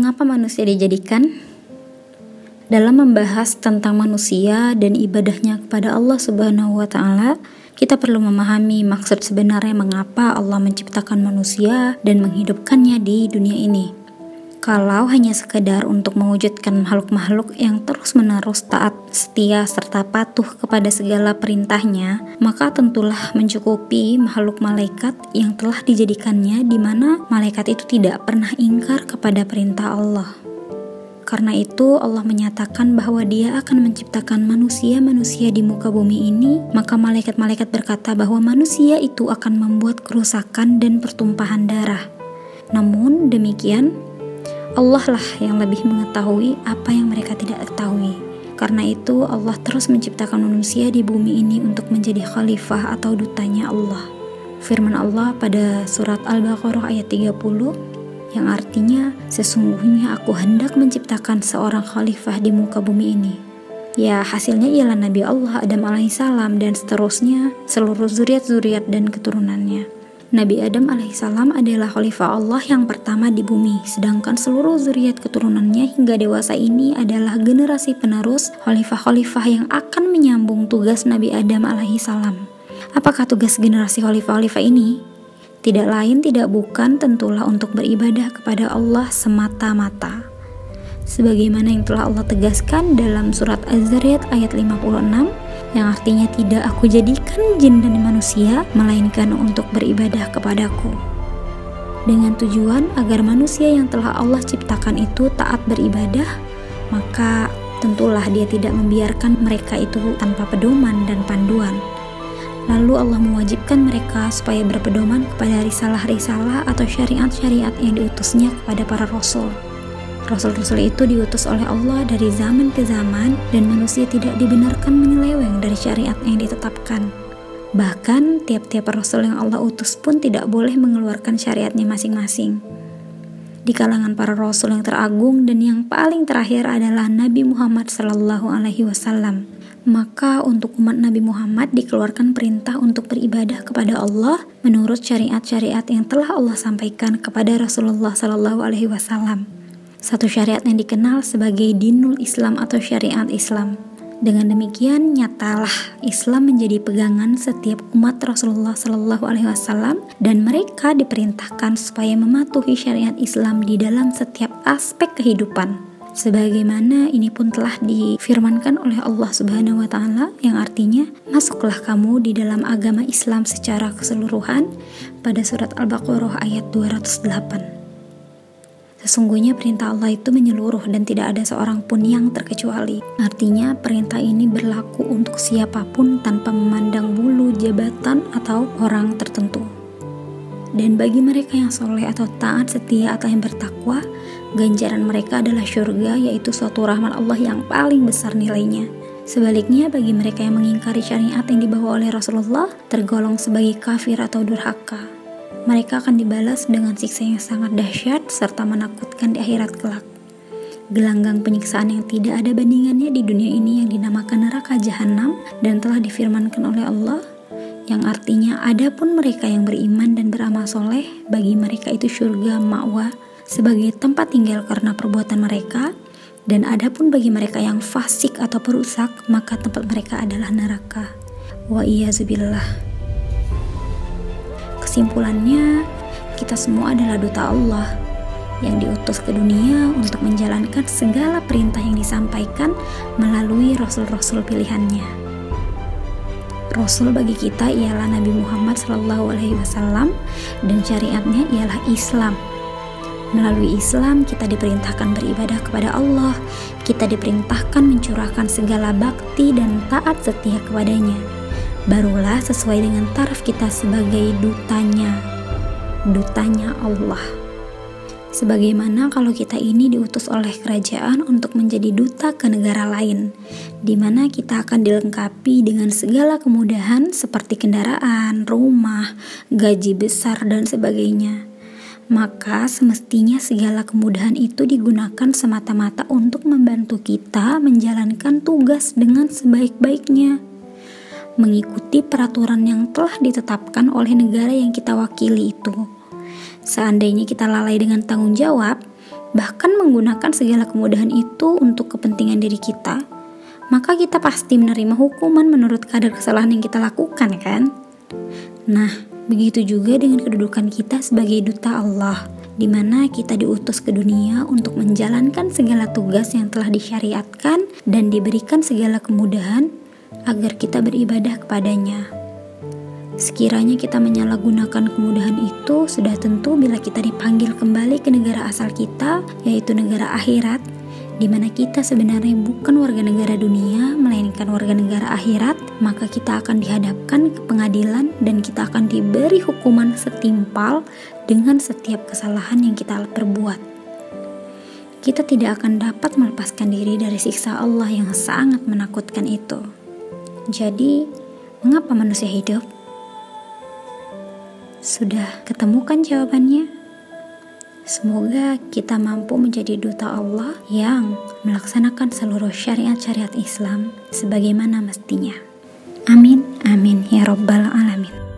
Mengapa manusia dijadikan? Dalam membahas tentang manusia dan ibadahnya kepada Allah Subhanahu wa Ta'ala, kita perlu memahami maksud sebenarnya mengapa Allah menciptakan manusia dan menghidupkannya di dunia ini. Kalau hanya sekedar untuk mewujudkan makhluk-makhluk yang terus-menerus taat, setia, serta patuh kepada segala perintahnya, maka tentulah mencukupi makhluk malaikat yang telah dijadikannya, di mana malaikat itu tidak pernah ingkar kepada perintah Allah. Karena itu Allah menyatakan bahwa Dia akan menciptakan manusia-manusia di muka bumi ini, maka malaikat-malaikat berkata bahwa manusia itu akan membuat kerusakan dan pertumpahan darah. Namun demikian, Allah lah yang lebih mengetahui apa yang mereka tidak ketahui. Karena itu Allah terus menciptakan manusia di bumi ini untuk menjadi khalifah atau dutanya Allah. Firman Allah pada surat Al-Baqarah ayat 30 yang artinya, sesungguhnya aku hendak menciptakan seorang khalifah di muka bumi ini. Ya, hasilnya ialah Nabi Allah Adam alaihissalam dan seterusnya seluruh zuriat-zuriat dan keturunannya. Nabi Adam alaihissalam adalah khalifah Allah yang pertama di bumi, sedangkan seluruh zuriat keturunannya hingga dewasa ini adalah generasi penerus khalifah-khalifah yang akan menyambung tugas Nabi Adam alaihissalam. Apakah tugas generasi khalifah-khalifah ini? Tidak lain tidak bukan tentulah untuk beribadah kepada Allah semata-mata. Sebagaimana yang telah Allah tegaskan dalam surat Az-Zariyat ayat 56, yang artinya tidak aku jadikan jin dan manusia melainkan untuk beribadah kepadaku, dengan tujuan agar manusia yang telah Allah ciptakan itu taat beribadah, maka tentulah Dia tidak membiarkan mereka itu tanpa pedoman dan panduan. Lalu Allah mewajibkan mereka supaya berpedoman kepada risalah-risalah atau syariat-syariat yang diutusnya kepada para rasul. Rasul-rasul itu diutus oleh Allah dari zaman ke zaman dan manusia tidak dibenarkan menyeleweng dari syariat yang ditetapkan. Bahkan tiap-tiap rasul yang Allah utus pun tidak boleh mengeluarkan syariatnya masing-masing. Di kalangan para rasul yang teragung dan yang paling terakhir adalah Nabi Muhammad SAW. Maka untuk umat Nabi Muhammad dikeluarkan perintah untuk beribadah kepada Allah menurut syariat-syariat yang telah Allah sampaikan kepada Rasulullah SAW. Satu syariat yang dikenal sebagai dinul Islam atau syariat Islam. Dengan demikian, nyatalah Islam menjadi pegangan setiap umat Rasulullah SAW dan mereka diperintahkan supaya mematuhi syariat Islam di dalam setiap aspek kehidupan. Sebagaimana ini pun telah difirmankan oleh Allah Subhanahu wa Ta'ala, yang artinya, masuklah kamu di dalam agama Islam secara keseluruhan, pada surat Al-Baqarah ayat 208. Sesungguhnya perintah Allah itu menyeluruh dan tidak ada seorang pun yang terkecuali. Artinya perintah ini berlaku untuk siapapun tanpa memandang bulu, jabatan, atau orang tertentu. Dan bagi mereka yang soleh atau taat, setia atau yang bertakwa, ganjaran mereka adalah syurga, yaitu suatu rahmat Allah yang paling besar nilainya. Sebaliknya bagi mereka yang mengingkari syariat yang dibawa oleh Rasulullah, tergolong sebagai kafir atau durhaka. Mereka akan dibalas dengan siksa yang sangat dahsyat serta menakutkan di akhirat kelak. Gelanggang penyiksaan yang tidak ada bandingannya di dunia ini yang dinamakan neraka jahanam dan telah difirmankan oleh Allah, yang artinya adapun mereka yang beriman dan beramal soleh, bagi mereka itu surga ma'wa sebagai tempat tinggal karena perbuatan mereka, dan adapun bagi mereka yang fasik atau perusak, maka tempat mereka adalah neraka. Wa iyyazubillah. Kesimpulannya, kita semua adalah duta Allah yang diutus ke dunia untuk menjalankan segala perintah yang disampaikan melalui rasul-rasul pilihannya. Rasul bagi kita ialah Nabi Muhammad SAW dan syariatnya ialah Islam. Melalui Islam kita diperintahkan beribadah kepada Allah, kita diperintahkan mencurahkan segala bakti dan taat setia kepadanya. Barulah sesuai dengan taraf kita sebagai dutanya Allah. Sebagaimana kalau kita ini diutus oleh kerajaan untuk menjadi duta ke negara lain, di mana kita akan dilengkapi dengan segala kemudahan seperti kendaraan, rumah, gaji besar, dan sebagainya. Maka semestinya segala kemudahan itu digunakan semata-mata untuk membantu kita menjalankan tugas dengan sebaik-baiknya, mengikuti peraturan yang telah ditetapkan oleh negara yang kita wakili itu. Seandainya kita lalai dengan tanggung jawab, bahkan menggunakan segala kemudahan itu untuk kepentingan diri kita, maka kita pasti menerima hukuman menurut kadar kesalahan yang kita lakukan, kan? Nah, begitu juga dengan kedudukan kita sebagai duta Allah, di mana kita diutus ke dunia untuk menjalankan segala tugas yang telah disyariatkan dan diberikan segala kemudahan agar kita beribadah kepadanya. Sekiranya kita menyalahgunakan kemudahan itu, sudah tentu bila kita dipanggil kembali ke negara asal kita, yaitu negara akhirat, di mana kita sebenarnya bukan warga negara dunia, melainkan warga negara akhirat, maka kita akan dihadapkan ke pengadilan dan kita akan diberi hukuman setimpal dengan setiap kesalahan yang kita perbuat. Kita tidak akan dapat melepaskan diri dari siksa Allah yang sangat menakutkan itu. Jadi, mengapa manusia hidup? Sudah ketemukan jawabannya? Semoga kita mampu menjadi duta Allah yang melaksanakan seluruh syariat-syariat Islam sebagaimana mestinya. Amin, amin, ya Rabbal Alamin.